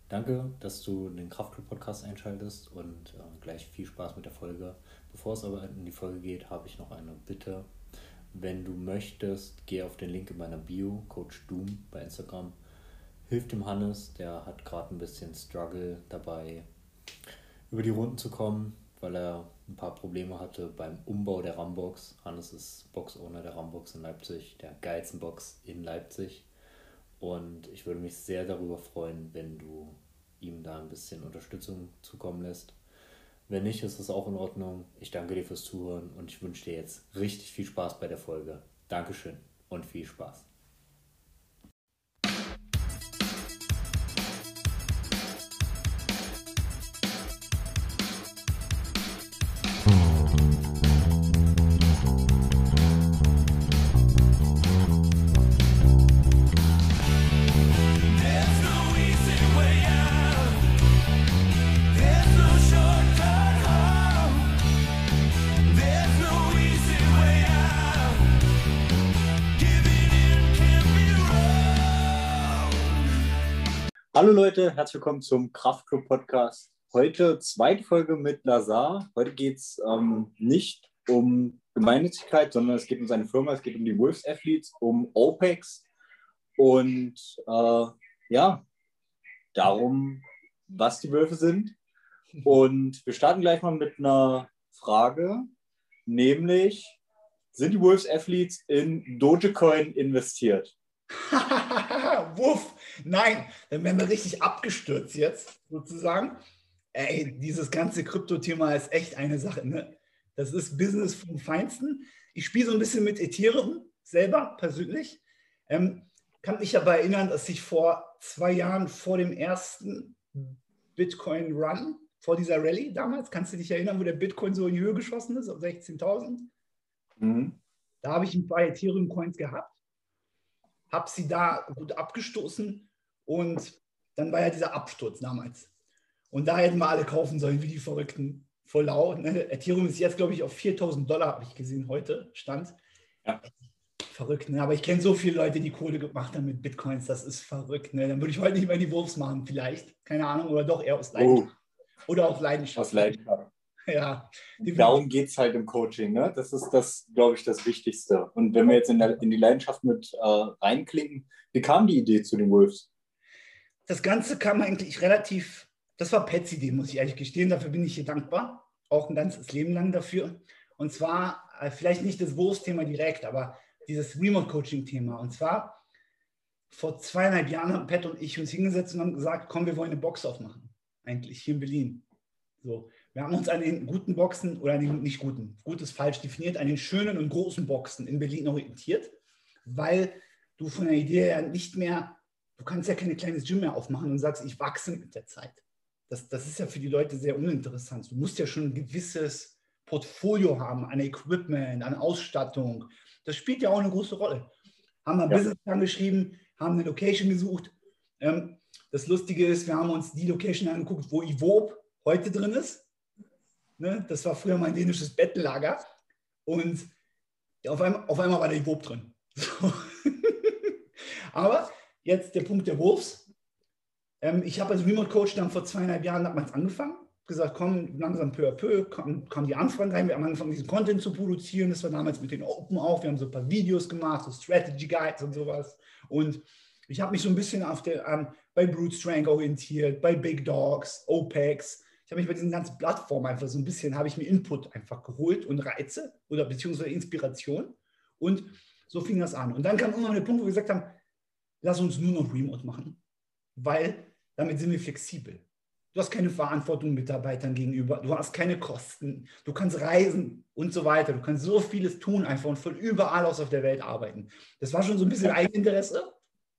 Danke, dass du den Kraftclub-Podcast einschaltest und gleich viel Spaß mit der Folge. Bevor es aber in die Folge geht, habe ich noch eine Bitte. Wenn du möchtest, geh auf den Link in meiner Bio, Coach Doom bei Instagram. Hilf dem Hannes, der hat gerade ein bisschen Struggle dabei, über die Runden zu kommen, weil er ein paar Probleme hatte beim Umbau der Rambox. Hannes ist Box-Owner der Rambox in Leipzig, der geilsten Box in Leipzig. Und ich würde mich sehr darüber freuen, wenn du ihm da ein bisschen Unterstützung zukommen lässt. Wenn nicht, ist es auch in Ordnung. Ich danke dir fürs Zuhören und ich wünsche dir jetzt richtig viel Spaß bei der Folge. Dankeschön und viel Spaß. Hallo Leute, herzlich willkommen zum Kraftclub Podcast. Heute zweite Folge mit Lazar. Heute geht es nicht um Gemeinnützigkeit, sondern es geht um seine Firma, es geht um die Wolves Athletes, um OPEX und darum, was die Wölfe sind. Und wir starten gleich mal mit einer Frage, nämlich, sind die Wolves Athletes in Dogecoin investiert? Wuff, nein, dann werden wir richtig abgestürzt jetzt sozusagen. Ey, dieses ganze Krypto-Thema ist echt eine Sache, ne? Das ist Business vom Feinsten. Ich spiele so ein bisschen mit Ethereum selber persönlich. Kann mich aber erinnern, dass ich vor 2 Jahren vor dem ersten Bitcoin-Run, vor dieser Rallye damals, kannst du dich erinnern, wo der Bitcoin so in die Höhe geschossen ist, auf 16.000? Da habe ich ein paar Ethereum-Coins gehabt, habe sie da gut abgestoßen und dann war ja dieser Absturz damals. Und da hätten wir alle kaufen sollen, wie die Verrückten, voll laut. Ne? Ethereum ist jetzt, glaube ich, auf $4.000, habe ich gesehen, heute stand. Ja. Verrückt, ne? Aber ich kenne so viele Leute, die Kohle gemacht haben mit Bitcoins, das ist verrückt. Ne? Dann würde ich heute nicht mehr die Wolves machen, vielleicht. Keine Ahnung, oder doch eher aus Leidenschaft. Oder aus Leidenschaft. Aus Leidenschaft. Ja. Darum geht es halt im Coaching, ne? Das ist das, glaube ich, das Wichtigste. Und wenn wir jetzt in die Leidenschaft mit reinklicken, wie kam die Idee zu den Wolves? Das Ganze kam eigentlich relativ, das war Pets Idee, muss ich ehrlich gestehen, dafür bin ich hier dankbar, auch ein ganzes Leben lang dafür. Und zwar, vielleicht nicht das Wolves-Thema direkt, aber dieses Remote-Coaching-Thema. Und zwar, vor 2,5 Jahren haben Pat und ich uns hingesetzt und haben gesagt, komm, wir wollen eine Box aufmachen, eigentlich hier in Berlin. So. Wir haben uns an den guten Boxen, oder an den nicht guten, gut ist falsch definiert, an den schönen und großen Boxen in Berlin orientiert, weil du von der Idee her nicht mehr, du kannst ja keine kleines Gym mehr aufmachen und sagst, ich wachse mit der Zeit. Das ist ja für die Leute sehr uninteressant. Du musst ja schon ein gewisses Portfolio haben an Equipment, an Ausstattung. Das spielt ja auch eine große Rolle. Haben wir Businessplan geschrieben, haben eine Location gesucht. Das Lustige ist, wir haben uns die Location angeguckt, wo Ivob heute drin ist. Ne? Das war früher mein dänisches Bettenlager. Und auf einmal war der Ivob drin. So. Aber jetzt der Punkt der Wolves. Ich habe als Remote Coach dann vor 2,5 Jahren damals angefangen. Gesagt, komm, langsam peu à peu, kamen die Anfragen rein. Wir haben angefangen, diesen Content zu produzieren. Das war damals mit den Open auch. Wir haben so ein paar Videos gemacht, so Strategy Guides und sowas. Und ich habe mich so ein bisschen bei Brute Strength orientiert, bei Big Dogs, OPEX. Ich habe mich bei diesen ganzen Plattformen einfach so ein bisschen, habe ich mir Input einfach geholt und Reize oder beziehungsweise Inspiration. Und so fing das an. Und dann kam irgendwann der Punkt, wo wir gesagt haben, lass uns nur noch Remote machen, weil damit sind wir flexibel. Du hast keine Verantwortung Mitarbeitern gegenüber, du hast keine Kosten, du kannst reisen und so weiter. Du kannst so vieles tun einfach und von überall aus auf der Welt arbeiten. Das war schon so ein bisschen Eigeninteresse.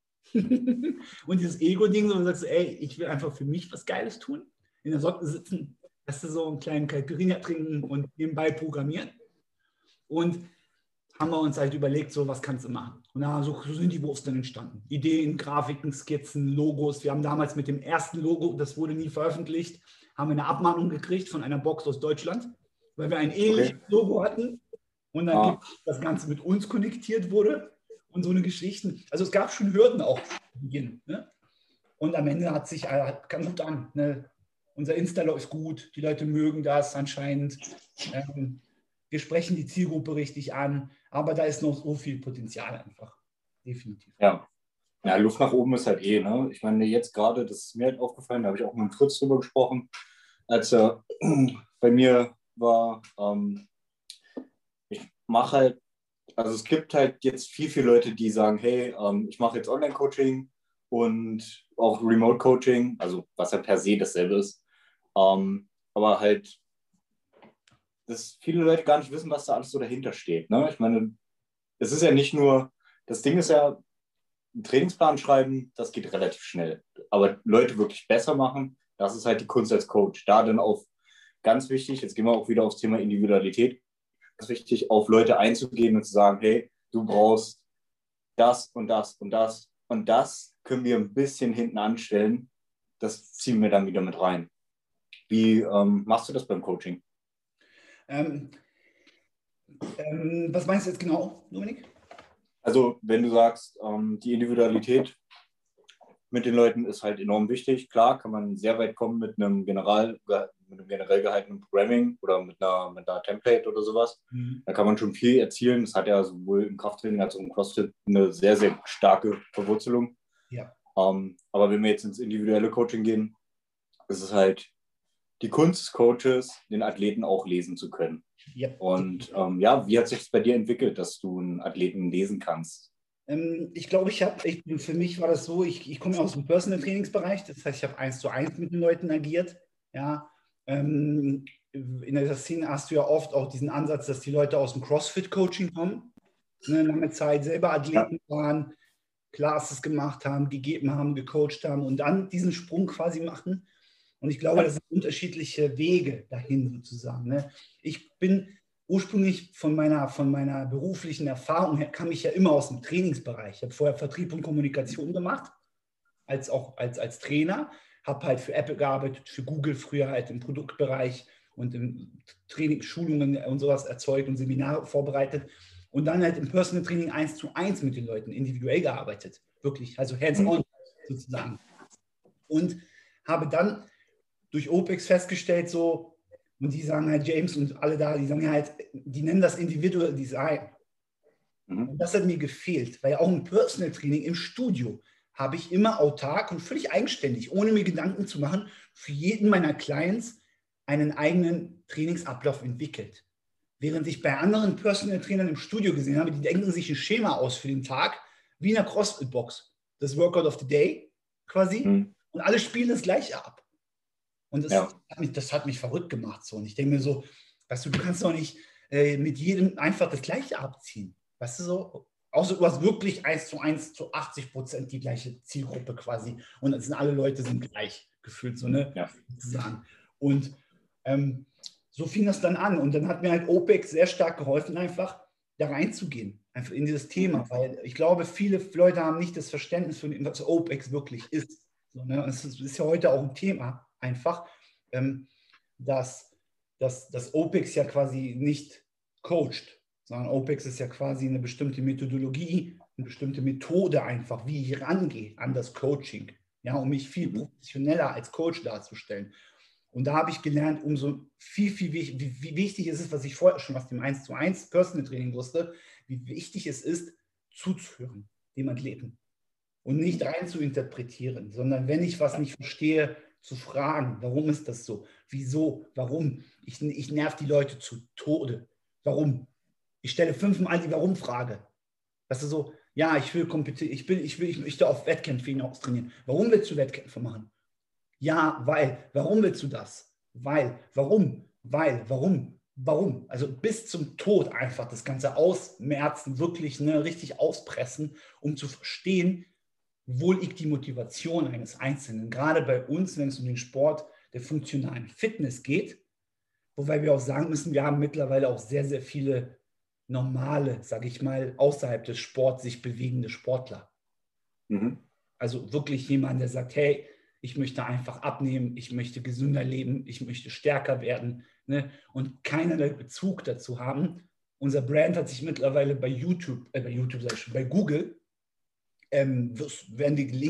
Und dieses Ego-Ding, so du sagst, ey, ich will einfach für mich was Geiles tun, in der Sonne sitzen, hast du so einen kleinen Caipirinha trinken und nebenbei programmieren. Und haben wir uns halt überlegt, so was kannst du machen. Und so sind die Wurst dann entstanden. Ideen, Grafiken, Skizzen, Logos. Wir haben damals mit dem ersten Logo, das wurde nie veröffentlicht, haben wir eine Abmahnung gekriegt von einer Box aus Deutschland, weil wir ein ähnliches Logo hatten und dann das Ganze mit uns konnektiert wurde und so eine Geschichte. Also es gab schon Hürden auch zu Beginn. Ne? Und am Ende kam gut an. Ne? Unser Insta ist gut, die Leute mögen das anscheinend. Wir sprechen die Zielgruppe richtig an, aber da ist noch so viel Potenzial einfach. Definitiv. Ja. Ja, Luft nach oben ist halt ne? Ich meine, jetzt gerade, das ist mir halt aufgefallen, da habe ich auch mit Fritz drüber gesprochen, als er bei mir war. Ich mache halt, also es gibt halt jetzt viele Leute, die sagen, hey, ich mache jetzt Online-Coaching und auch Remote-Coaching, also was ja per se dasselbe ist. Aber halt, dass viele Leute gar nicht wissen, was da alles so dahinter steht. Ne? Ich meine, es ist ja nicht nur, das Ding ist ja, einen Trainingsplan schreiben, das geht relativ schnell. Aber Leute wirklich besser machen, das ist halt die Kunst als Coach. Da dann auf, ganz wichtig, jetzt gehen wir auch wieder aufs Thema Individualität, ganz wichtig, auf Leute einzugehen und zu sagen, hey, du brauchst das und das und das und das können wir ein bisschen hinten anstellen. Das ziehen wir dann wieder mit rein. Wie machst du das beim Coaching? Was meinst du jetzt genau, Dominik? Also wenn du sagst, die Individualität mit den Leuten ist halt enorm wichtig. Klar kann man sehr weit kommen mit einem generell gehaltenen Programming oder mit einer Template oder sowas. Mhm. Da kann man schon viel erzielen. Das hat ja sowohl im Krafttraining als auch im CrossFit eine sehr, sehr starke Verwurzelung. Ja. Aber wenn wir jetzt ins individuelle Coaching gehen, ist es halt die Kunst des Coaches, den Athleten auch lesen zu können. Ja. Und wie hat sich das bei dir entwickelt, dass du einen Athleten lesen kannst? Ich glaube, für mich war das so, ich komme aus dem Personal Trainingsbereich, das heißt, ich habe 1:1 mit den Leuten agiert. Ja. In der Szene hast du ja oft auch diesen Ansatz, dass die Leute aus dem CrossFit-Coaching kommen, ne, lange Zeit selber Athleten waren, Classes gemacht haben, gegeben haben, gecoacht haben und dann diesen Sprung quasi machen. Und ich glaube, das sind unterschiedliche Wege dahin sozusagen. Ne? Ich bin ursprünglich von meiner beruflichen Erfahrung her, kam ich ja immer aus dem Trainingsbereich. Ich habe vorher Vertrieb und Kommunikation gemacht, als Trainer, habe halt für Apple gearbeitet, für Google früher halt im Produktbereich und im Training, Schulungen und sowas erzeugt und Seminare vorbereitet und dann halt im Personal Training 1:1 mit den Leuten individuell gearbeitet, wirklich, also hands-on sozusagen. Und habe dann durch OPEX festgestellt, so, und die sagen halt, James und alle da, die sagen halt, die nennen das Individual Design. Und das hat mir gefehlt, weil auch im Personal Training im Studio habe ich immer autark und völlig eigenständig, ohne mir Gedanken zu machen, für jeden meiner Clients einen eigenen Trainingsablauf entwickelt. Während ich bei anderen Personal Trainern im Studio gesehen habe, die denken sich ein Schema aus für den Tag, wie in einer CrossFit-Box. Das Workout of the Day quasi. Und alle spielen das Gleiche ab. Und das hat mich verrückt gemacht. So. Und ich denke mir so, weißt du, du kannst doch nicht mit jedem einfach das Gleiche abziehen. Weißt du so? Außer du hast wirklich 1:1 zu 80% die gleiche Zielgruppe quasi. Und es sind alle Leute sind gleich gefühlt, so, ne? Ja. Sozusagen. Und so fing das dann an. Und dann hat mir halt OPEX sehr stark geholfen, einfach da reinzugehen, einfach in dieses Thema. Weil ich glaube, viele Leute haben nicht das Verständnis für was OPEX wirklich ist. So, ne? Es ist ja heute auch ein Thema einfach, dass OPEX ja quasi nicht coacht, sondern OPEX ist ja quasi eine bestimmte Methodologie, eine bestimmte Methode einfach, wie ich rangehe an das Coaching, ja, um mich viel professioneller als Coach darzustellen. Und da habe ich gelernt, umso wie wichtig es ist, was ich vorher schon aus dem 1:1 Personal Training wusste, wie wichtig es ist, zuzuhören, dem Athleten. Und nicht rein zu interpretieren, sondern wenn ich was nicht verstehe, zu fragen, warum ist das so? Wieso? Warum? Ich nerv die Leute zu Tode. Warum? Ich stelle 5-mal die Warum-Frage. Weißt du so, ja, ich möchte auf Wettkämpfe hinaus trainieren. Warum willst du Wettkämpfe machen? Ja, weil. Warum willst du das? Weil. Warum? Weil. Warum? Warum? Also bis zum Tod einfach das Ganze ausmerzen, wirklich richtig auspressen, um zu verstehen, wo liegt die Motivation eines Einzelnen. Gerade bei uns, wenn es um den Sport der funktionalen Fitness geht, wobei wir auch sagen müssen, wir haben mittlerweile auch sehr, sehr viele normale, sage ich mal, außerhalb des Sports sich bewegende Sportler. Also wirklich jemand, der sagt, hey, ich möchte einfach abnehmen, ich möchte gesünder leben, ich möchte stärker werden, ne? Und keinerlei Bezug dazu haben. Unser Brand hat sich mittlerweile bei Google werden die gelinkt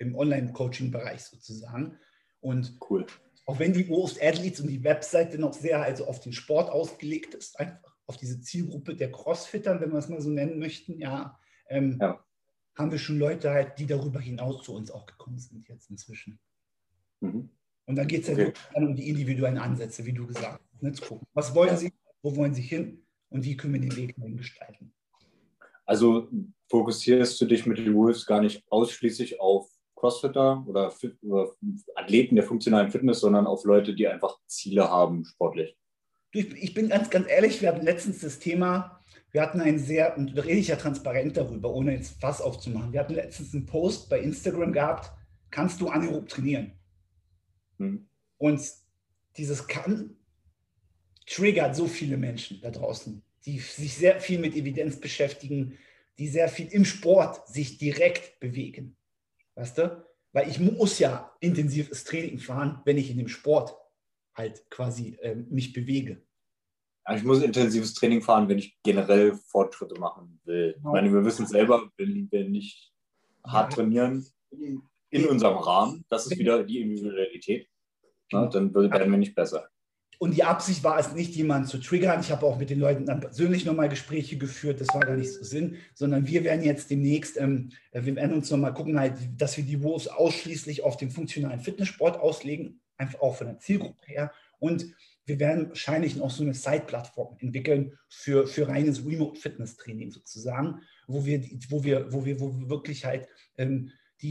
im Online-Coaching-Bereich sozusagen. Und Cool. auch wenn die Most Athletes und die Webseite noch sehr also auf den Sport ausgelegt ist, einfach auf diese Zielgruppe der Crossfitter, wenn wir es mal so nennen möchten, ja, haben wir schon Leute halt, die darüber hinaus zu uns auch gekommen sind jetzt inzwischen. Mhm. Und dann geht es ja wirklich dann um die individuellen Ansätze, wie du gesagt hast, ne, zu gucken. Was wollen sie, wo wollen sie hin und wie können wir den Weg dahin gestalten? Also fokussierst du dich mit den Wolves gar nicht ausschließlich auf Crossfitter oder Athleten der funktionalen Fitness, sondern auf Leute, die einfach Ziele haben, sportlich? Ich bin ganz, ganz ehrlich, wir hatten letztens das Thema, wir hatten ein sehr, und da rede ich ja transparent darüber, ohne jetzt Fass aufzumachen, wir hatten letztens einen Post bei Instagram gehabt, kannst du anaerob trainieren? Und dieses kann triggert so viele Menschen da draußen, die sich sehr viel mit Evidenz beschäftigen, die sehr viel im Sport sich direkt bewegen. Weißt du? Weil ich muss ja intensives Training fahren, wenn ich in dem Sport halt quasi mich bewege. Ich muss intensives Training fahren, wenn ich generell Fortschritte machen will. Genau. Ich meine, wir wissen selber, wenn wir nicht hart trainieren in unserem Rahmen, das ist wieder die Individualität, genau. Dann werden wir nicht besser. Und die Absicht war es nicht, jemanden zu triggern. Ich habe auch mit den Leuten dann persönlich nochmal Gespräche geführt. Das war gar nicht so Sinn, sondern wir werden jetzt demnächst, wir werden uns nochmal gucken, halt, dass wir die Wolves ausschließlich auf den funktionalen Fitnesssport auslegen, einfach auch von der Zielgruppe her. Und wir werden wahrscheinlich noch so eine Side-Plattform entwickeln für reines Remote-Fitness-Training sozusagen, wo wir wirklich halt den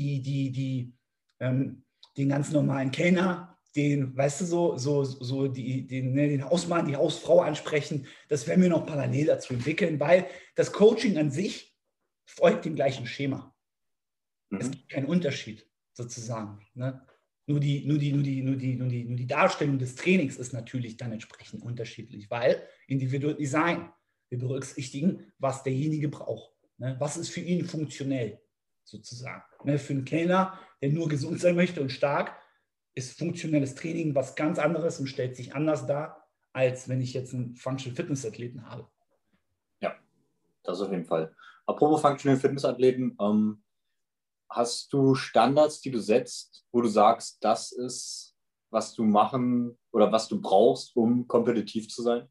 ganz normalen Kellner, den, weißt du, den Hausmann, die Hausfrau ansprechen, das werden wir noch parallel dazu entwickeln, weil das Coaching an sich folgt dem gleichen Schema. Es gibt keinen Unterschied sozusagen. Ne? Nur die Darstellung des Trainings ist natürlich dann entsprechend unterschiedlich, weil individuell Design, wir berücksichtigen, was derjenige braucht. Ne? Was ist für ihn funktionell sozusagen. Ne? Für einen Kellner, der nur gesund sein möchte und stark, ist funktionelles Training was ganz anderes und stellt sich anders dar, als wenn ich jetzt einen Functional Fitness Athleten habe. Ja, das auf jeden Fall. Apropos Functional Fitness Athleten, hast du Standards, die du setzt, wo du sagst, das ist, was du machen oder was du brauchst, um kompetitiv zu sein?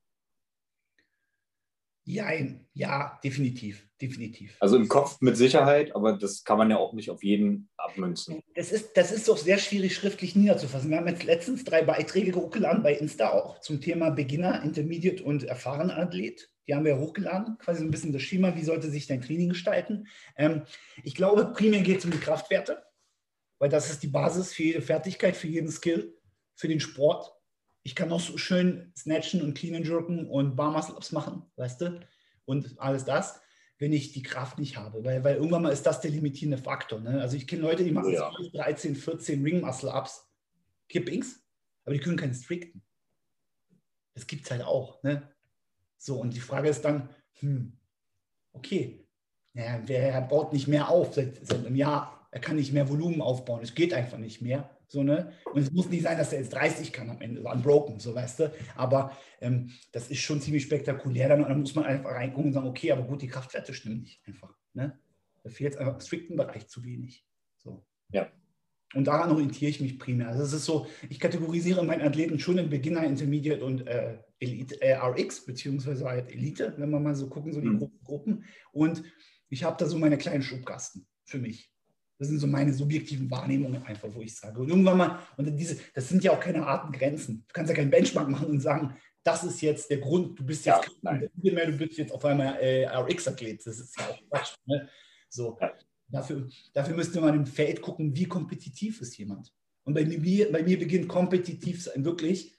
Ja, definitiv. Also im Kopf mit Sicherheit, aber das kann man ja auch nicht auf jeden abmünzen. Das ist doch sehr schwierig schriftlich niederzufassen. Wir haben jetzt letztens 3 Beiträge hochgeladen bei Insta auch zum Thema Beginner, Intermediate und erfahrener Athlet. Die haben wir hochgeladen, quasi so ein bisschen das Schema, wie sollte sich dein Training gestalten. Ich glaube, primär geht es um die Kraftwerte, weil das ist die Basis für jede Fertigkeit, für jeden Skill, für den Sport. Ich kann auch so schön snatchen und clean and jerken und Bar Muscle Ups machen, weißt du, und alles das, wenn ich die Kraft nicht habe, weil irgendwann mal ist das der limitierende Faktor. Ne? Also ich kenne Leute, die machen 12, 13, 14 Ring Muscle Ups, Kippings, aber die können keinen strikten. Das gibt es halt auch. Ne? So, und die Frage ist dann, okay, wer baut nicht mehr auf seit einem Jahr, er kann nicht mehr Volumen aufbauen, es geht einfach nicht mehr. So, ne? Und es muss nicht sein, dass er jetzt 30 kann am Ende, so unbroken, so weißt du. Aber das ist schon ziemlich spektakulär. Dann muss man einfach reingucken und sagen, okay, aber gut, die Kraftwerte stimmen nicht einfach. Ne? Da fehlt einfach im strikten Bereich zu wenig. So. Ja. Und daran orientiere ich mich primär. Also es ist so, ich kategorisiere meinen Athleten schon in Beginner, Intermediate und Elite, RX, beziehungsweise halt Elite, wenn wir mal so gucken, so die Gruppen. Und ich habe da so meine kleinen Schubkasten für mich. Das sind so meine subjektiven Wahrnehmungen einfach, wo ich sage. Und irgendwann mal, das sind ja auch keine harten Grenzen. Du kannst ja keinen Benchmark machen und sagen, das ist jetzt der Grund, du bist jetzt du bist jetzt auf einmal RX-Athlet. Das ist ja auch Quatsch. Ne? So. Ja. Dafür müsste man im Feld gucken, wie kompetitiv ist jemand. Und bei mir beginnt kompetitiv sein wirklich,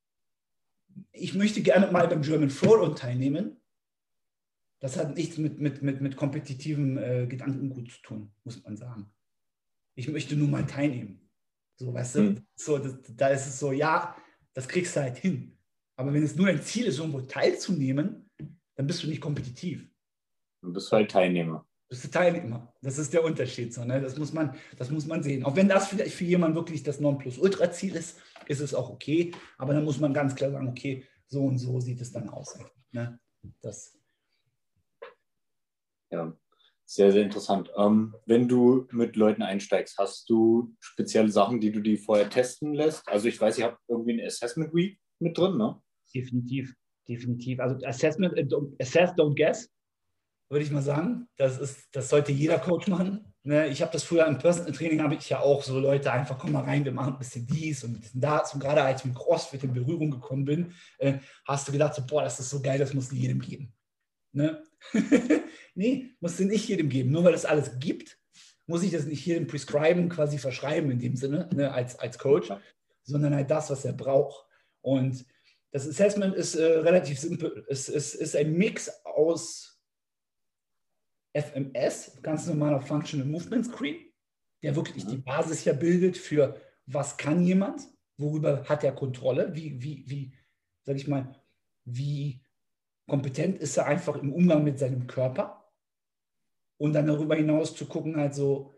ich möchte gerne mal beim German Throwdown teilnehmen. Das hat nichts mit kompetitivem Gedankengut zu tun, muss man sagen. Ich möchte nur mal teilnehmen. So, weißt du? So, da ist es so, ja, das kriegst du halt hin. Aber wenn es nur ein Ziel ist, irgendwo teilzunehmen, dann bist du nicht kompetitiv. Dann bist du halt Teilnehmer. Bist du Teilnehmer. Das ist der Unterschied. So, ne? Das muss man sehen. Auch wenn das vielleicht für jemanden wirklich das Nonplusultra-Ziel ist, ist es auch okay. Aber dann muss man ganz klar sagen, okay, so und so sieht es dann aus. Ne? Ja. Sehr, sehr interessant. Wenn du mit Leuten einsteigst, hast du spezielle Sachen, die du die vorher testen lässt? Also ich weiß, ihr habt irgendwie eine Assessment Week mit drin, ne? Definitiv, definitiv. Also Assessment, Assess, don't guess, würde ich mal sagen. Das sollte jeder Coach machen. Ne? Ich habe das früher im Personal Training, habe ich ja auch so Leute einfach, komm mal rein, wir machen ein bisschen dies und ein bisschen das. Und gerade als ich mit CrossFit in Berührung gekommen bin, hast du gedacht, so, boah, das ist so geil, das muss jedem geben. Ne? Nee, musst du nicht jedem geben. Nur weil es alles gibt, muss ich das nicht jedem prescriben, quasi verschreiben in dem Sinne, ne, als Coach, Ja. sondern halt das, was er braucht. Und das Assessment ist relativ simpel. Es ist ein Mix aus FMS, ganz normaler Functional Movement Screen, der wirklich die Mhm. Basis ja bildet für, was kann jemand, worüber hat er Kontrolle, sag ich mal, wie kompetent ist er einfach im Umgang mit seinem Körper und dann darüber hinaus zu gucken, also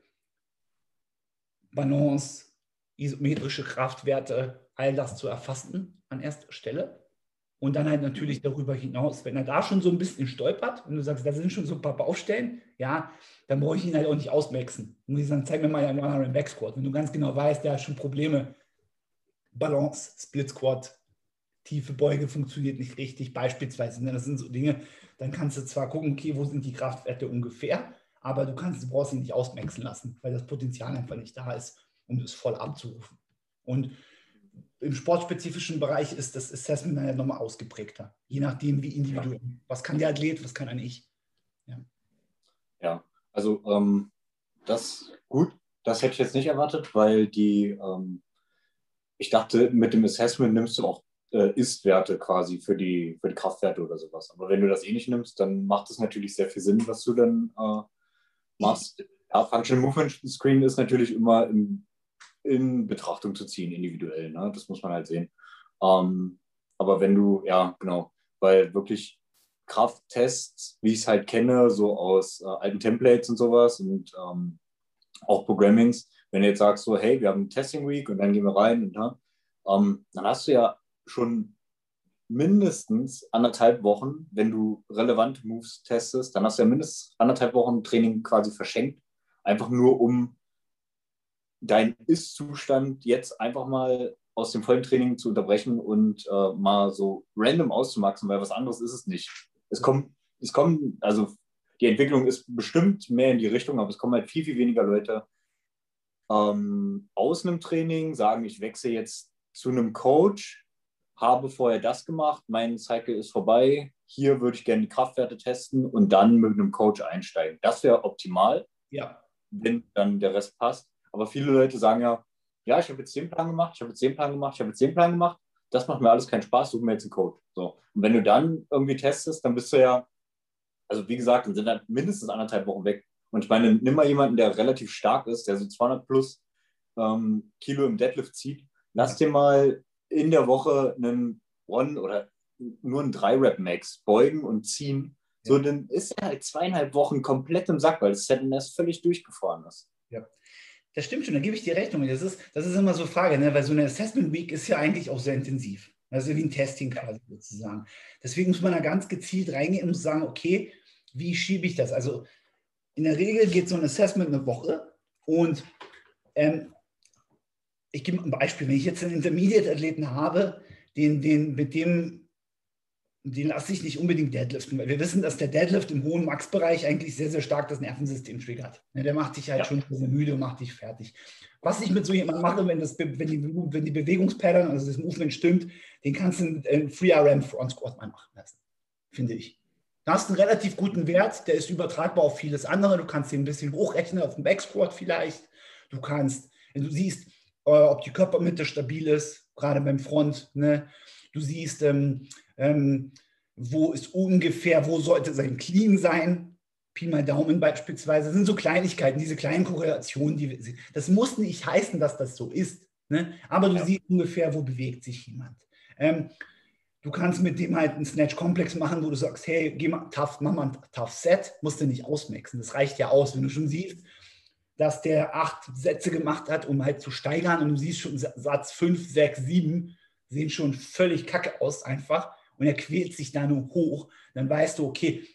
Balance, isometrische Kraftwerte, all das zu erfassen an erster Stelle. Und dann halt natürlich Mhm. darüber hinaus, wenn er da schon so ein bisschen stolpert und du sagst, da sind schon so ein paar Baustellen, ja, dann brauche ich ihn halt auch nicht ausmaxen. Dann muss ich sagen, zeig mir mal einen anderen Back Squat. Wenn du ganz genau weißt, der hat schon Probleme, Balance, Split Squat, tiefe Beuge funktioniert nicht richtig, beispielsweise. Ne? Das sind so Dinge, dann kannst du zwar gucken, okay, wo sind die Kraftwerte ungefähr, aber du brauchst ihn nicht ausmaxen lassen, weil das Potenzial einfach nicht da ist, um es voll abzurufen. Und im sportspezifischen Bereich ist das Assessment dann ja nochmal ausgeprägter, je nachdem, wie Ja. individuell. Was kann der Athlet, was kann er nicht. Ja. Ja, also das gut, das hätte ich jetzt nicht erwartet, weil ich dachte, mit dem Assessment nimmst du auch Ist-Werte quasi für die Kraftwerte oder sowas. Aber wenn du das eh nicht nimmst, dann macht es natürlich sehr viel Sinn, was du dann machst. Ja, Functional Movement Screen ist natürlich immer in Betrachtung zu ziehen, individuell. Ne? Das muss man halt sehen. Ähm, aber wenn du, ja, genau, weil wirklich Krafttests, wie ich es halt kenne, so aus alten Templates und sowas und auch Programmings, wenn du jetzt sagst, so, hey, wir haben eine Testing Week und dann gehen wir rein und dann hast du ja schon mindestens 1,5 Wochen, wenn du relevante Moves testest, dann hast du ja mindestens 1,5 Wochen Training quasi verschenkt, einfach nur um deinen Ist-Zustand jetzt einfach mal aus dem vollen Training zu unterbrechen und mal so random auszumaxen, weil was anderes ist es nicht. Es kommen, also die Entwicklung ist bestimmt mehr in die Richtung, aber es kommen halt viel, viel weniger Leute aus einem Training, sagen, ich wechsle jetzt zu einem Coach, habe vorher das gemacht, mein Cycle ist vorbei, hier würde ich gerne die Kraftwerte testen und dann mit einem Coach einsteigen. Das wäre optimal, Ja. wenn dann der Rest passt. Aber viele Leute sagen ja, ja, ich habe jetzt den Plan gemacht, ich habe jetzt den Plan gemacht, ich habe jetzt den Plan gemacht. Das macht mir alles keinen Spaß, suche mir jetzt einen Coach. So. Und wenn du dann irgendwie testest, dann bist du ja, also wie gesagt, dann sind dann mindestens 1,5 Wochen weg. Und ich meine, nimm mal jemanden, der relativ stark ist, der so 200 plus Kilo im Deadlift zieht. Lass Ja. dir mal in der Woche einen One oder nur einen 3-Rep-Max beugen und ziehen. So, Ja. dann ist er halt 2,5 Wochen komplett im Sack, weil das ZNS völlig durchgefahren ist. Ja. Das stimmt schon, da gebe ich dir recht. Das ist immer so eine Frage, ne? Weil so eine Assessment Week ist ja eigentlich auch sehr intensiv. Das ist ja wie ein Testing quasi sozusagen. Deswegen muss man da ganz gezielt reingehen und sagen, okay, wie schiebe ich das? Also in der Regel geht so ein Assessment eine Woche und ähm, ich gebe mal ein Beispiel, wenn ich jetzt einen Intermediate-Athleten habe, mit dem den lasse ich nicht unbedingt deadliften, weil wir wissen, dass der Deadlift im hohen Max-Bereich eigentlich sehr, sehr stark das Nervensystem triggert. Ja, der macht dich halt Ja. schon sehr müde und macht dich fertig. Was ich mit so jemandem mache, wenn die Bewegungspattern, also das Movement stimmt, den kannst du einen Free-RM Front Squat mal machen lassen, finde ich. Du hast einen relativ guten Wert, der ist übertragbar auf vieles andere. Du kannst den ein bisschen hochrechnen auf den Back Squat vielleicht. Du siehst, ob die Körpermitte stabil ist, gerade beim Front. Ne? Du siehst, wo ist ungefähr, wo sollte sein Clean sein, Pi mal Daumen beispielsweise, das sind so Kleinigkeiten, diese kleinen Korrelationen, die wir sehen. Das muss nicht heißen, dass das so ist, ne? Aber du Ja. siehst ungefähr, wo bewegt sich jemand. Du kannst mit dem halt einen Snatch-Komplex machen, wo du sagst, hey, mach mal ein Tough Set, musst du nicht ausmaxen. Das reicht ja aus, wenn du schon siehst, dass der 8 Sätze gemacht hat, um halt zu steigern und du siehst schon Satz 5, 6, 7 sehen schon völlig kacke aus einfach und er quält sich da nur hoch, dann weißt du, okay,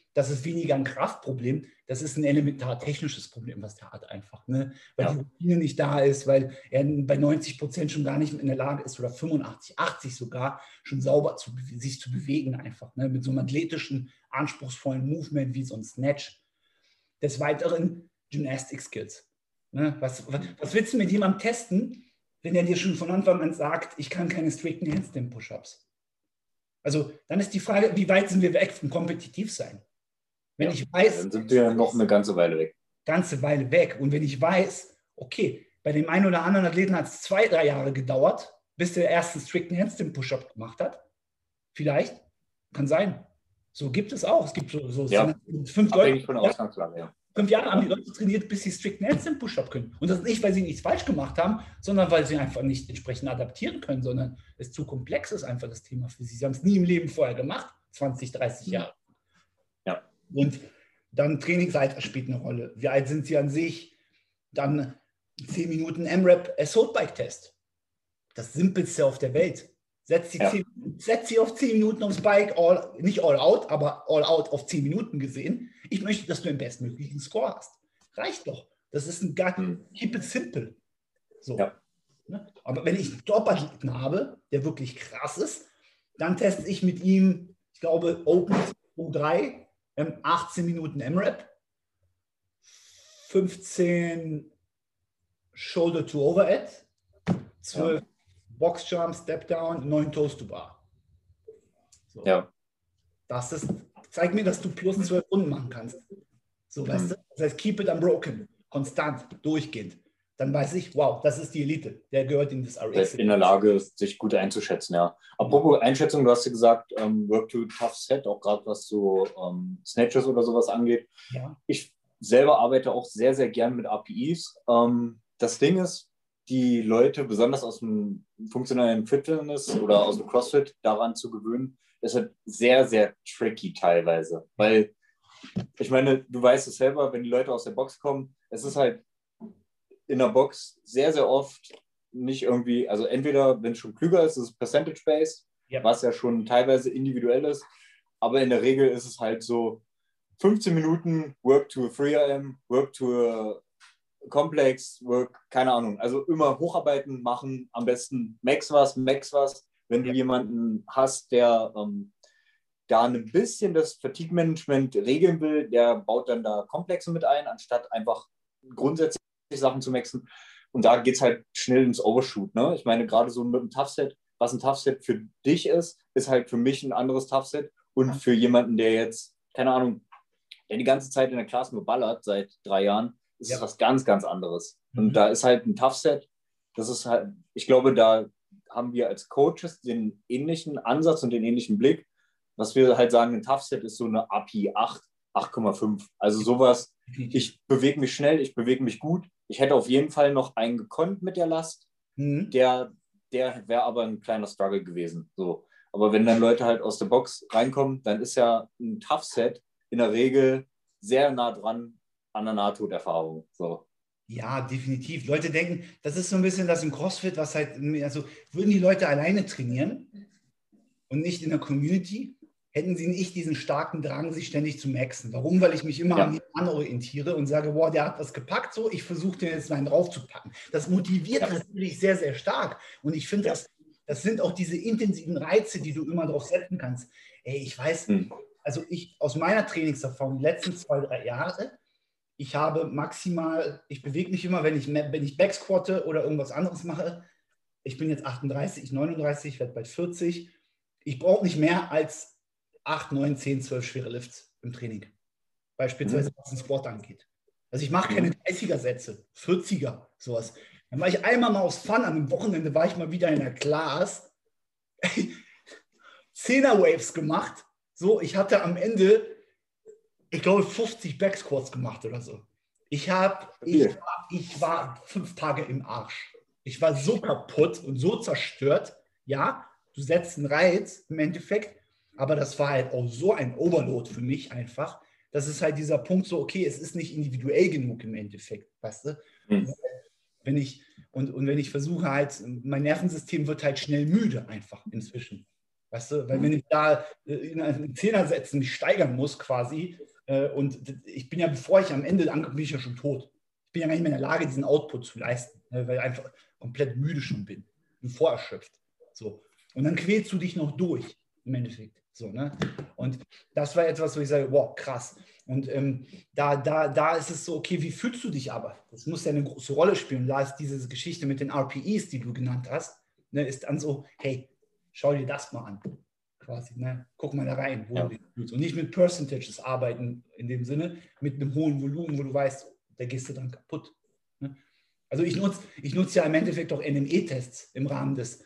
das ist weniger ein Kraftproblem, das ist ein elementar technisches Problem, was der hat einfach. Ne? Weil die Routine nicht da ist, weil er bei 90% schon gar nicht in der Lage ist oder 85, 80 sogar, schon sauber sich zu bewegen einfach. Ne? Mit so einem athletischen, anspruchsvollen Movement wie so ein Snatch. Des Weiteren Gymnastic Skills. Ne? Was willst du mit jemandem testen, wenn er dir schon von Anfang an sagt, ich kann keine strikten Handstand Push-Ups? Also dann ist die Frage, wie weit sind wir weg vom Kompetitivsein? Wenn ich weiß, dann sind wir noch eine ganze Weile weg. Ganze Weile weg. Und wenn ich weiß, okay, bei dem einen oder anderen Athleten hat es 2, 3 Jahre gedauert, bis der ersten strikten Handstand Push-Up gemacht hat. Vielleicht. Kann sein. So gibt es auch. Es gibt so 5 Leute. Von der Ausgangslage, 5 Jahre haben die Leute trainiert, bis sie strikten Handstand Push-Up können. Und das nicht, weil sie nichts falsch gemacht haben, sondern weil sie einfach nicht entsprechend adaptieren können, sondern es zu komplex ist einfach das Thema für sie. Sie haben es nie im Leben vorher gemacht, 20, 30 Jahre. Ja. Und dann Trainingsalter spielt eine Rolle. Wie alt sind sie an sich? Dann 10 Minuten M-Rap Assault Bike Test. Das simpelste auf der Welt. Setz sie auf 10 Minuten aufs Bike, nicht all out, aber all out auf 10 Minuten gesehen. Ich möchte, dass du den bestmöglichen Score hast. Reicht doch. Das ist ein keep it simple. So. Ja. Aber wenn ich einen Top-Athleten habe, der wirklich krass ist, dann teste ich mit ihm, ich glaube, Open O3, 18 Minuten M-Rap, 15 Shoulder to Overhead, 12 Box Jump, Step Down, 9 Toes to Bar. So. Ja. Zeig mir, dass du plus 12 Runden machen kannst. So, weißt du? Das heißt, keep it unbroken, konstant, durchgehend. Dann weiß ich, wow, das ist die Elite. Der gehört in das RX. In der Lage, sich gut einzuschätzen, ja. Apropos Einschätzung, du hast ja gesagt, Work to Tough Set, auch gerade was so Snatches oder sowas angeht. Ja. Ich selber arbeite auch sehr, sehr gern mit APIs. Das Ding ist, die Leute, besonders aus dem funktionellen Fitness oder aus dem CrossFit, daran zu gewöhnen, ist halt sehr, sehr tricky teilweise. Weil, ich meine, du weißt es selber, wenn die Leute aus der Box kommen, es ist halt in der Box sehr, sehr oft nicht irgendwie, also entweder, wenn es schon klüger ist, ist es Percentage-Based, was ja schon teilweise individuell ist, aber in der Regel ist es halt so 15 Minuten Work to a 3am, Work to a Complex, Work, keine Ahnung, also immer hocharbeiten, machen, am besten max was. Wenn du jemanden hast, der da ein bisschen das Fatigue-Management regeln will, der baut dann da Komplexe mit ein, anstatt einfach grundsätzlich Sachen zu maxen. Und da geht es halt schnell ins Overshoot. Ne? Ich meine, gerade so mit einem Tough-Set, was ein Tough-Set für dich ist halt für mich ein anderes Tough-Set. Und für jemanden, der jetzt, keine Ahnung, der die ganze Zeit in der Klasse nur ballert, seit 3 Jahren, ist es was ganz, ganz anderes. Und da ist halt ein Tough-Set, das ist halt, ich glaube, da haben wir als Coaches den ähnlichen Ansatz und den ähnlichen Blick. Was wir halt sagen, ein Tough-Set ist so eine API 8, 8,5. Also sowas, ich bewege mich schnell, ich bewege mich gut. Ich hätte auf jeden Fall noch einen gekonnt mit der Last. Der wäre aber ein kleiner Struggle gewesen. So. Aber wenn dann Leute halt aus der Box reinkommen, dann ist ja ein Tough-Set in der Regel sehr nah dran an der Nahtoderfahrung. So. Ja, definitiv. Leute denken, das ist so ein bisschen das im CrossFit, was halt, also würden die Leute alleine trainieren und nicht in der Community, hätten sie nicht diesen starken Drang, sich ständig zu maxen. Warum? Weil ich mich immer an den anderen orientiere und sage, boah, der hat was gepackt, so, ich versuche den jetzt mal draufzupacken. Das motiviert natürlich sehr, sehr stark. Und ich finde, das sind auch diese intensiven Reize, die du immer drauf setzen kannst. Ey, ich weiß, also aus meiner Trainingserfahrung, die letzten 2, 3 Jahre, ich habe maximal, ich bewege mich immer, wenn ich Backsquatte oder irgendwas anderes mache. Ich bin jetzt 38, 39, ich werde bald 40. Ich brauche nicht mehr als 8, 9, 10, 12 schwere Lifts im Training. Beispielsweise, was den Sport angeht. Also ich mache keine 30er-Sätze, 40er, sowas. Dann war ich einmal mal aus Fun, an einem Wochenende war ich mal wieder in der Class. 10er-Waves gemacht. So, ich hatte am Ende, ich glaube, 50 Backsquats gemacht oder so. Ich war 5 Tage im Arsch. Ich war so kaputt und so zerstört. Ja, du setzt einen Reiz im Endeffekt, aber das war halt auch so ein Overload für mich einfach. Das ist halt dieser Punkt so, okay, es ist nicht individuell genug im Endeffekt, weißt du? Wenn ich versuche halt, mein Nervensystem wird halt schnell müde einfach inzwischen. Weißt du, weil wenn ich da in Zehnersätzen mich steigern muss quasi und ich bin ja, bevor ich am Ende ankomme, bin ich ja schon tot. Ich bin ja gar nicht mehr in der Lage, diesen Output zu leisten, weil ich einfach komplett müde schon bin vorerschöpft. So. Und dann quälst du dich noch durch, im Endeffekt. So, ne? Und das war etwas, wo ich sage, wow, krass. Und da ist es so, okay, wie fühlst du dich aber? Das muss ja eine große Rolle spielen. Da ist diese Geschichte mit den RPEs, die du genannt hast, ne, ist dann so, hey, schau dir das mal an. Quasi, ne? Guck mal da rein, wo du dich fühlst. Und nicht mit Percentages arbeiten in dem Sinne, mit einem hohen Volumen, wo du weißt, da gehst du dann kaputt. Ne? Also ich nutze ja im Endeffekt auch NME-Tests im Rahmen des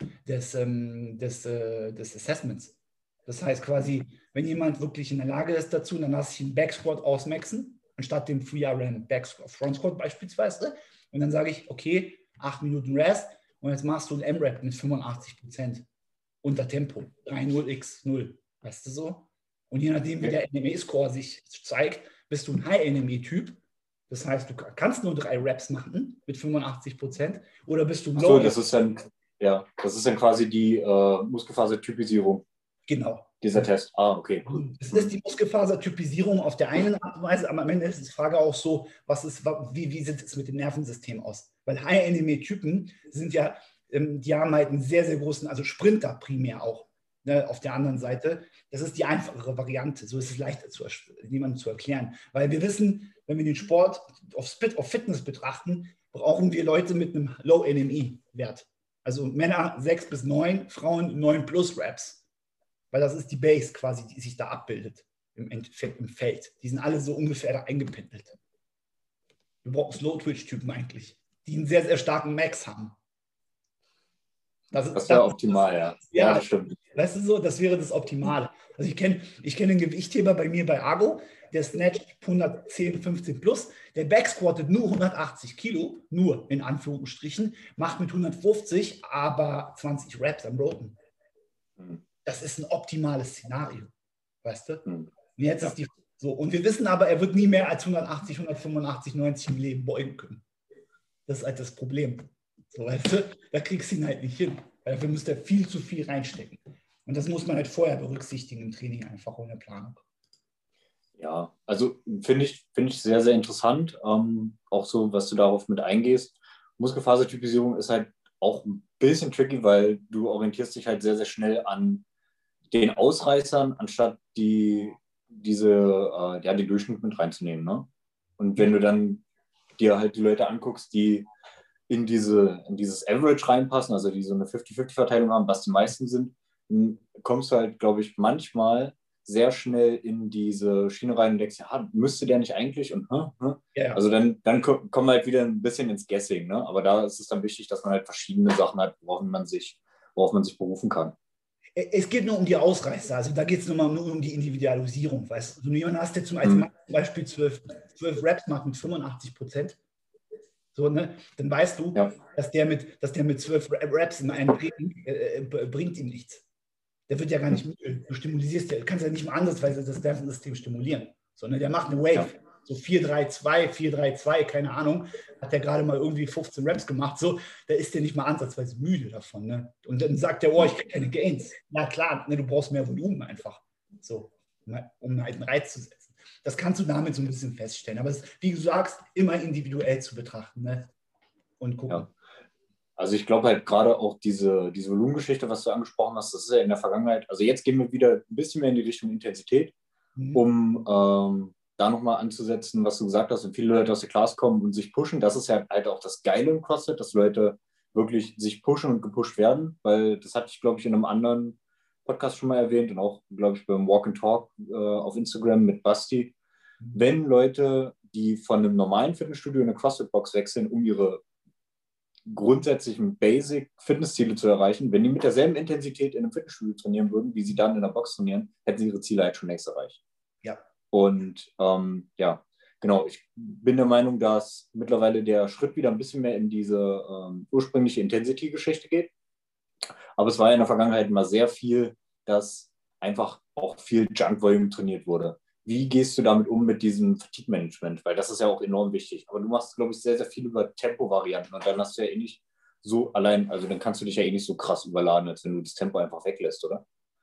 Assessments. Das heißt quasi, wenn jemand wirklich in der Lage ist dazu, dann lasse ich ihn Backsquat ausmaxen, anstatt dem 3RM Front Squat beispielsweise. Und dann sage ich, okay, 8 Minuten Rest und jetzt machst du ein M-Rap mit 85% unter Tempo. 3-0x0. Weißt du so? Und je nachdem, wie der NME-Score sich zeigt, bist du ein High-NME-Typ. Das heißt, du kannst nur 3 Reps machen mit 85% oder bist du ein Low. Das ist dann quasi die Muskelfasertypisierung. Genau. Dieser Test. Okay. Es ist die Muskelfasertypisierung auf der einen Art und Weise, aber am Ende ist die Frage auch so, wie sieht es mit dem Nervensystem aus? Weil High-NME-Typen sind ja, die haben halt einen sehr, sehr großen, also Sprinter primär auch, ne, auf der anderen Seite. Das ist die einfachere Variante. So ist es leichter jemandem zu erklären. Weil wir wissen, wenn wir den Sport auf Fitness betrachten, brauchen wir Leute mit einem Low-NME-Wert. Also Männer 6 bis 9, Frauen 9 plus Reps. Weil das ist die Base quasi, die sich da abbildet im Endeffekt im Feld. Die sind alle so ungefähr da eingependelt. Du brauchst Low-Twitch-Typen eigentlich, die einen sehr, sehr starken Max haben. Das wäre optimal, ja. Ja, das stimmt. Weißt du so, das wäre das Optimale. Also ich kenn einen Gewichtheber bei mir bei Argo, der snatcht 110, 15 plus, der backsquattet nur 180 Kilo, nur in Anführungsstrichen, macht mit 150 aber 20 Reps am Roten. Das ist ein optimales Szenario, weißt du? Und jetzt ist die so, und wir wissen aber, er wird nie mehr als 180, 185, 90 im Leben beugen können. Das ist halt das Problem. So, weißt du, da kriegst du ihn halt nicht hin. Weil dafür müsste er viel zu viel reinstecken. Und das muss man halt vorher berücksichtigen im Training, einfach ohne Planung. Ja, also finde ich sehr, sehr interessant. Auch so, was du darauf mit eingehst. Muskelfasertypisierung ist halt auch ein bisschen tricky, weil du orientierst dich halt sehr, sehr schnell an den Ausreißern, anstatt den Durchschnitt mit reinzunehmen. Ne? Und wenn du dann dir halt die Leute anguckst, die in dieses Average reinpassen, also die so eine 50-50-Verteilung haben, was die meisten sind, kommst du halt, glaube ich, manchmal sehr schnell in diese Schiene rein und denkst, ja, müsste der nicht eigentlich? Und Ja. Also dann kommen wir halt wieder ein bisschen ins Guessing. Ne? Aber da ist es dann wichtig, dass man halt verschiedene Sachen hat, worauf man sich berufen kann. Es geht nur um die Ausreißer, also da geht es nur um die Individualisierung. Weißt du, also jemand hast, der zum Beispiel 12 Reps macht mit 85%, so, ne? Dann weißt du, dass der mit 12 Reps in einem Training bringt ihm nichts. Der wird ja gar nicht müde. Du stimulisierst ja, du kannst ja nicht mal ansatzweise das Nervensystem stimulieren, sondern der macht eine Wave. So 4-3-2, 4-3-2, keine Ahnung, hat der gerade mal irgendwie 15 Reps gemacht, so, da ist der nicht mal ansatzweise müde davon. Ne? Und dann sagt der, ich kriege keine Gains. Na klar, ne, du brauchst mehr Volumen einfach, so, um halt einen Reiz zu setzen. Das kannst du damit so ein bisschen feststellen. Aber es ist, wie du sagst, immer individuell zu betrachten, ne? Und gucken. Ja. Also ich glaube halt gerade auch diese Volumengeschichte, was du angesprochen hast, das ist ja in der Vergangenheit, also jetzt gehen wir wieder ein bisschen mehr in die Richtung Intensität, um da nochmal anzusetzen, was du gesagt hast, wenn viele Leute aus der Class kommen und sich pushen, das ist ja halt auch das Geile im CrossFit, dass Leute wirklich sich pushen und gepusht werden, weil das hatte ich, glaube ich, in einem anderen Podcast schon mal erwähnt und auch, glaube ich, beim Walk and Talk auf Instagram mit Basti. Wenn Leute, die von einem normalen Fitnessstudio in eine CrossFit-Box wechseln, um ihre grundsätzlichen Basic-Fitnessziele zu erreichen, wenn die mit derselben Intensität in einem Fitnessstudio trainieren würden, wie sie dann in der Box trainieren, hätten sie ihre Ziele halt schon längst erreicht. Ja. Und genau, ich bin der Meinung, dass mittlerweile der Schritt wieder ein bisschen mehr in diese ursprüngliche Intensity-Geschichte geht. Aber es war ja in der Vergangenheit immer sehr viel, dass einfach auch viel Junk-Volume trainiert wurde. Wie gehst du damit um mit diesem Fatigue-Management? Weil das ist ja auch enorm wichtig. Aber du machst, glaube ich, sehr, sehr viel über Tempo-Varianten und dann hast du ja also dann kannst du dich ja nicht so krass überladen, als wenn du das Tempo einfach weglässt, oder?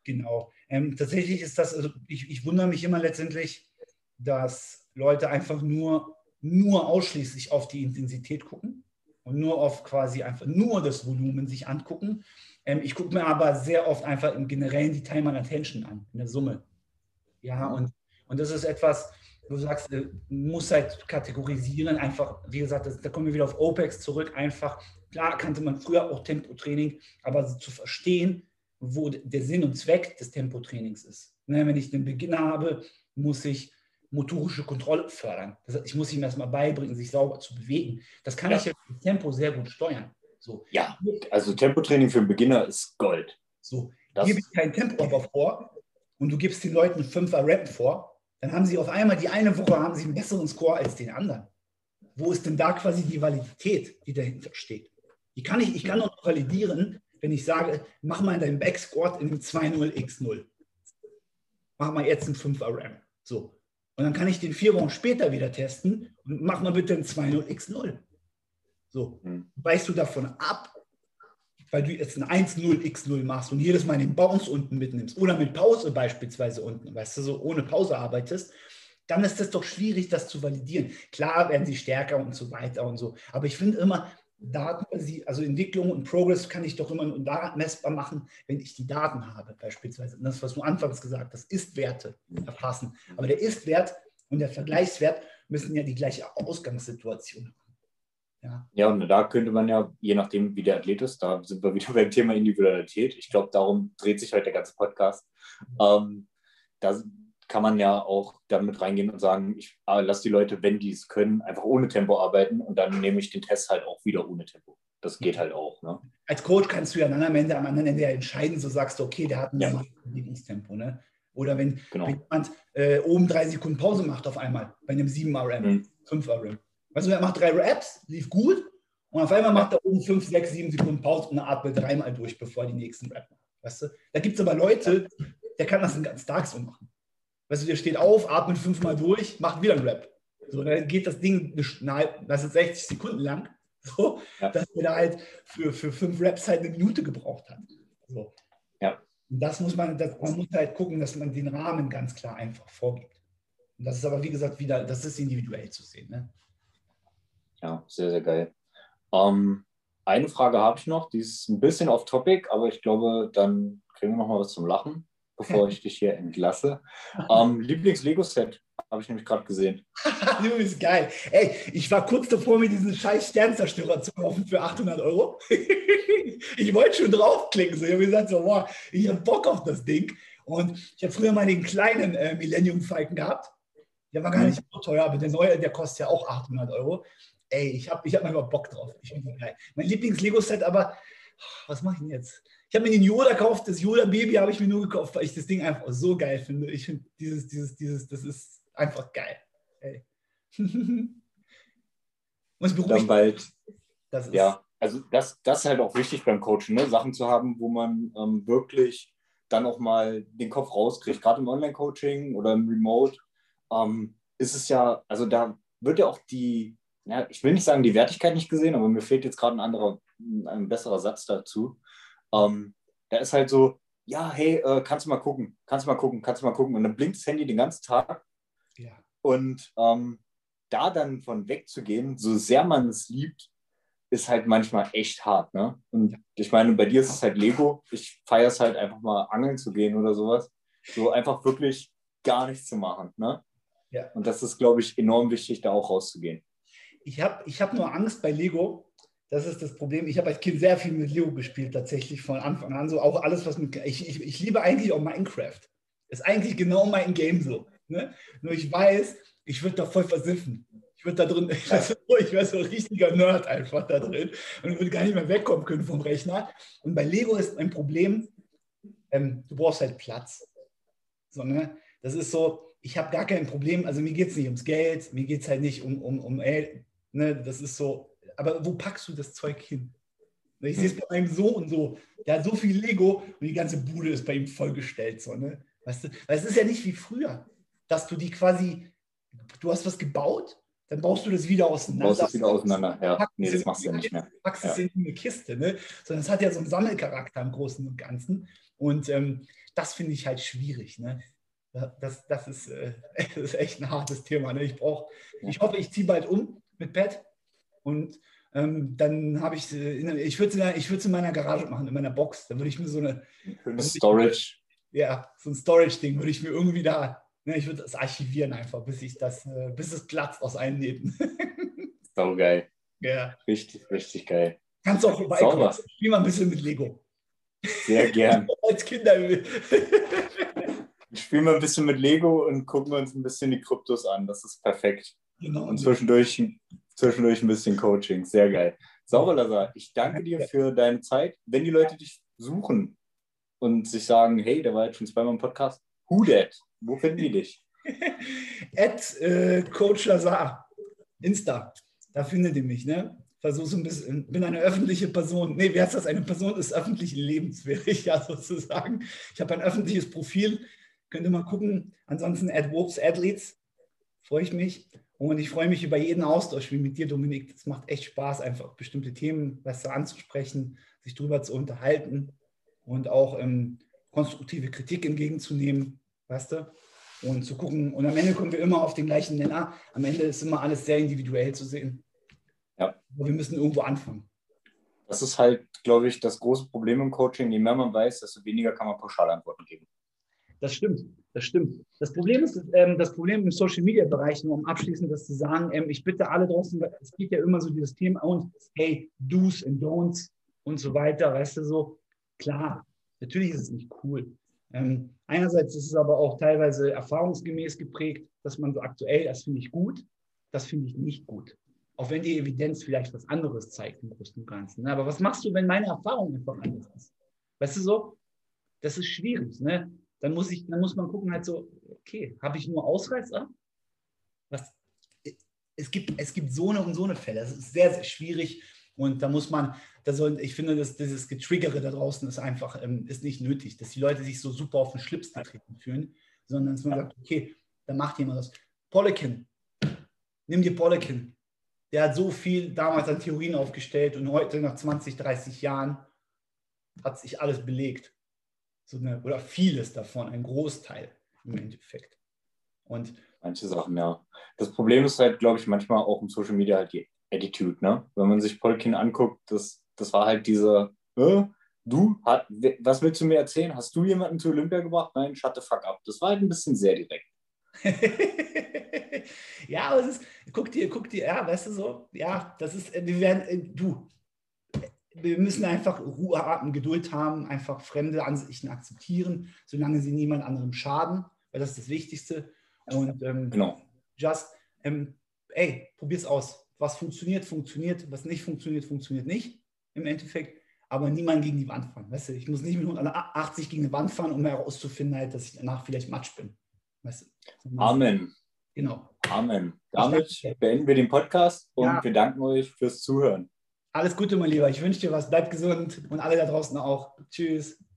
Genau. Tatsächlich ist das, also ich wundere mich immer letztendlich, dass Leute einfach nur ausschließlich auf die Intensität gucken und nur auf quasi einfach nur das Volumen sich angucken. Ich gucke mir aber sehr oft einfach im Generellen die Time and Attention an, in der Summe. Ja, und das ist etwas, wo du sagst, muss halt kategorisieren, einfach, wie gesagt, da kommen wir wieder auf OPEX zurück, einfach, klar kannte man früher auch Tempotraining, aber zu verstehen, wo der Sinn und Zweck des Tempotrainings ist. Ne, wenn ich den Beginner habe, muss ich motorische Kontrolle fördern. Das heißt, ich muss ihm erstmal beibringen, sich sauber zu bewegen. Das kann ich ja mit Tempo sehr gut steuern. So. Ja, also Tempotraining für einen Beginner ist Gold. So, gebe ich kein Tempo aber vor und du gibst den Leuten 5er Rap vor, dann haben sie auf einmal die eine Woche haben sie einen besseren Score als den anderen. Wo ist denn da quasi die Validität, die dahinter steht? Ich kann nur validieren, wenn ich sage, mach mal deinen Backsquat in einem 2-0x0. Mach mal jetzt einen 5er Ram. So. Und dann kann ich den 4 Wochen später wieder testen und mach mal bitte einen 2-0x0. So. Weichst du davon ab, weil du jetzt ein 1-0x0 machst und jedes Mal den Bounce unten mitnimmst oder mit Pause beispielsweise unten, weißt du, so ohne Pause arbeitest, dann ist es doch schwierig, das zu validieren. Klar werden sie stärker und so weiter und so, aber ich finde immer, Daten, also Entwicklung und Progress kann ich doch immer nur messbar machen, wenn ich die Daten habe beispielsweise. Und das, was du anfangs gesagt hast, Ist-Werte erfassen. Aber der Ist-Wert und der Vergleichswert müssen ja die gleiche Ausgangssituation haben. Ja, und da könnte man ja, je nachdem, wie der Athlet ist, da sind wir wieder beim Thema Individualität. Ich glaube, darum dreht sich heute der ganze Podcast. Da kann man ja auch damit reingehen und sagen, ich lasse die Leute, wenn die es können, einfach ohne Tempo arbeiten und dann nehme ich den Test halt auch wieder ohne Tempo. Das geht halt auch. Ne? Als Coach kannst du ja dann am anderen Ende entscheiden, so sagst du, okay, der hat ein Bewegungstempo. Ne? Oder wenn jemand oben 3 Sekunden Pause macht auf einmal, bei einem 7RM, 5RM. Weißt du, er macht 3 Reps, lief gut und auf einmal macht er oben 5, 6, 7 Sekunden Pause und atmet 3-mal durch, bevor er die nächsten Rep macht. Weißt du? Da gibt es aber Leute, der kann das den ganzen Tag so machen. Weißt du, der steht auf, atmet 5-mal durch, macht wieder einen Rep. So, dann geht das Ding, das ist 60 Sekunden lang, so, dass er da halt für 5 Reps halt 1 Minute gebraucht hat. So. Ja. Und man muss halt gucken, dass man den Rahmen ganz klar einfach vorgibt. Und das ist aber, wie gesagt, das ist individuell zu sehen. Ne? Ja, sehr, sehr geil. Eine Frage habe ich noch, die ist ein bisschen off-topic, aber ich glaube, dann kriegen wir noch mal was zum Lachen, bevor ich dich hier entlasse. Lieblings-Lego-Set habe ich nämlich gerade gesehen. Du bist geil. Ey, ich war kurz davor, mir diesen scheiß Sternzerstörer zu kaufen für 800 Euro. Ich wollte schon draufklicken. So. Ich habe gesagt, so, boah, ich habe Bock auf das Ding. Und ich habe früher mal den kleinen Millennium Falcon gehabt. Der war gar nicht so teuer, aber der neue, der kostet ja auch 800 Euro. Ey, ich hab einfach Bock drauf. Ich finde geil. Mein Lieblings-Lego-Set, aber was mache ich denn jetzt? Ich habe mir den Yoda gekauft, das Yoda-Baby habe ich mir nur gekauft, weil ich das Ding einfach so geil finde. Ich finde das ist einfach geil. Ey. Und es beruhigt. Dann bald. Ja, also das ist halt auch wichtig beim Coachen, ne? Sachen zu haben, wo man wirklich dann auch mal den Kopf rauskriegt. Gerade im Online-Coaching oder im Remote ist es ja, also da wird ja auch ich will nicht sagen, die Wertigkeit nicht gesehen, aber mir fehlt jetzt gerade ein besserer Satz dazu. Da ist halt so, ja, hey, kannst du mal gucken. Und dann blinkt das Handy den ganzen Tag. Ja. Und da dann von wegzugehen, so sehr man es liebt, ist halt manchmal echt hart. Ne? Und ich meine, bei dir ist es halt Lego. Ich feiere es halt einfach mal angeln zu gehen oder sowas. So einfach wirklich gar nichts zu machen. Ne? Ja. Und das ist, glaube ich, enorm wichtig, da auch rauszugehen. Ich hab nur Angst bei Lego. Das ist das Problem. Ich habe als Kind sehr viel mit Lego gespielt, tatsächlich von Anfang an. So auch alles, was mit. Ich liebe eigentlich auch Minecraft. Ist eigentlich genau mein Game so. Ne? Nur ich weiß, ich würde da voll versiffen. Ich würde da drin, ich wäre so ein richtiger Nerd einfach da drin und würde gar nicht mehr wegkommen können vom Rechner. Und bei Lego ist ein Problem, du brauchst halt Platz. So, ne? Das ist so, ich habe gar kein Problem, also mir geht es nicht ums Geld, mir geht es halt nicht um ne? Das ist so, aber wo packst du das Zeug hin? Ich sehe es bei meinem Sohn so, der hat so viel Lego und die ganze Bude ist bei ihm vollgestellt. So, ne? Weißt du? Weil es ist ja nicht wie früher, dass du die quasi, du hast was gebaut, dann baust du das wieder auseinander. Baust es wieder auseinander, ja. Nee, das machst du ja nicht mehr. Packst es in eine Kiste, ne? Sondern es hat ja so einen Sammelcharakter im Großen und Ganzen. Und das finde ich halt schwierig, ne? Das ist echt ein hartes Thema. Ne? Ich hoffe, ich ziehe bald um mit Pat und dann habe ich würde es in meiner Garage machen, in meiner Box. Dann würde ich mir so eine Storage. Ja, so ein Storage-Ding würde ich mir irgendwie da, ne, ich würde das archivieren einfach, bis es platzt aus allen Nähten. So geil. Ja. Richtig, richtig geil. Kannst du auch vorbeikommen. Spiel mal ein bisschen mit Lego. Sehr gern. Als Kinder. Spielen wir ein bisschen mit Lego und gucken uns ein bisschen die Kryptos an. Das ist perfekt. Genau. Und zwischendurch ein bisschen Coaching. Sehr geil. Sauber, Lazar. Ich danke dir für deine Zeit. Wenn die Leute dich suchen und sich sagen, hey, der war jetzt schon zweimal im Podcast, who that? Wo finden die dich? Coach Lazar. Insta. Da findet ihr mich, ne? Versuche so ein bisschen, bin eine öffentliche Person. Nee, wie heißt das? Eine Person des öffentlichen Lebens, wäre ich ja sozusagen. Ich habe ein öffentliches Profil. Könnt ihr mal gucken. Ansonsten @WopsAthletes. Freue ich mich. Und ich freue mich über jeden Austausch, wie mit dir, Dominik. Es macht echt Spaß, einfach bestimmte Themen besser anzusprechen, sich drüber zu unterhalten und auch konstruktive Kritik entgegenzunehmen, weißt du? Und zu gucken. Und am Ende kommen wir immer auf den gleichen Nenner. Am Ende ist immer alles sehr individuell zu sehen. Ja. Aber wir müssen irgendwo anfangen. Das ist halt, glaube ich, das große Problem im Coaching. Je mehr man weiß, desto weniger kann man Pauschalantworten geben. Das stimmt. Das Problem ist, das Problem im Social-Media-Bereich, nur um abschließend das zu sagen, ich bitte alle draußen, es geht ja immer so dieses Thema, und hey, Do's and Don'ts und so weiter, weißt du, so, klar, natürlich ist es nicht cool. Einerseits ist es aber auch teilweise erfahrungsgemäß geprägt, dass man so aktuell, das finde ich gut, das finde ich nicht gut. Auch wenn die Evidenz vielleicht was anderes zeigt im Großen und Ganzen. Aber was machst du, wenn meine Erfahrung einfach anders ist? Weißt du so, das ist schwierig, ne? Dann muss man gucken, halt so, okay, habe ich nur Ausreißer? Es gibt so eine und so eine Fälle. Das ist sehr, sehr schwierig. Und da muss man, ich finde, dieses Getriggere da draußen ist einfach, ist nicht nötig, dass die Leute sich so super auf den Schlips getreten fühlen, sondern dass man sagt, okay, da macht jemand das. Poliquin, nimm dir Poliquin. Der hat so viel damals an Theorien aufgestellt und heute nach 20, 30 Jahren hat sich alles belegt. Oder vieles davon, ein Großteil im Endeffekt. Und manche Sachen, ja. Das Problem ist halt, glaube ich, manchmal auch im Social Media halt die Attitude, ne? Wenn man sich Poliquin anguckt, das war halt diese, was willst du mir erzählen? Hast du jemanden zu Olympia gebracht? Nein, shut the fuck up. Das war halt ein bisschen sehr direkt. Ja, aber guck dir, ja, weißt du so, ja, das ist, wir müssen einfach Ruhe haben, Geduld haben, einfach fremde Ansichten akzeptieren, solange sie niemand anderem schaden, weil das ist das Wichtigste. Und genau. Probier's aus. Was funktioniert, was nicht funktioniert nicht im Endeffekt, aber niemand gegen die Wand fahren. Weißt du, ich muss nicht mit 180 gegen die Wand fahren, um herauszufinden, halt, dass ich danach vielleicht Matsch bin. Weißt du? Amen. Genau. Amen. Damit beenden wir den Podcast und wir danken euch fürs Zuhören. Alles Gute, mein Lieber. Ich wünsche dir was. Bleib gesund und alle da draußen auch. Tschüss.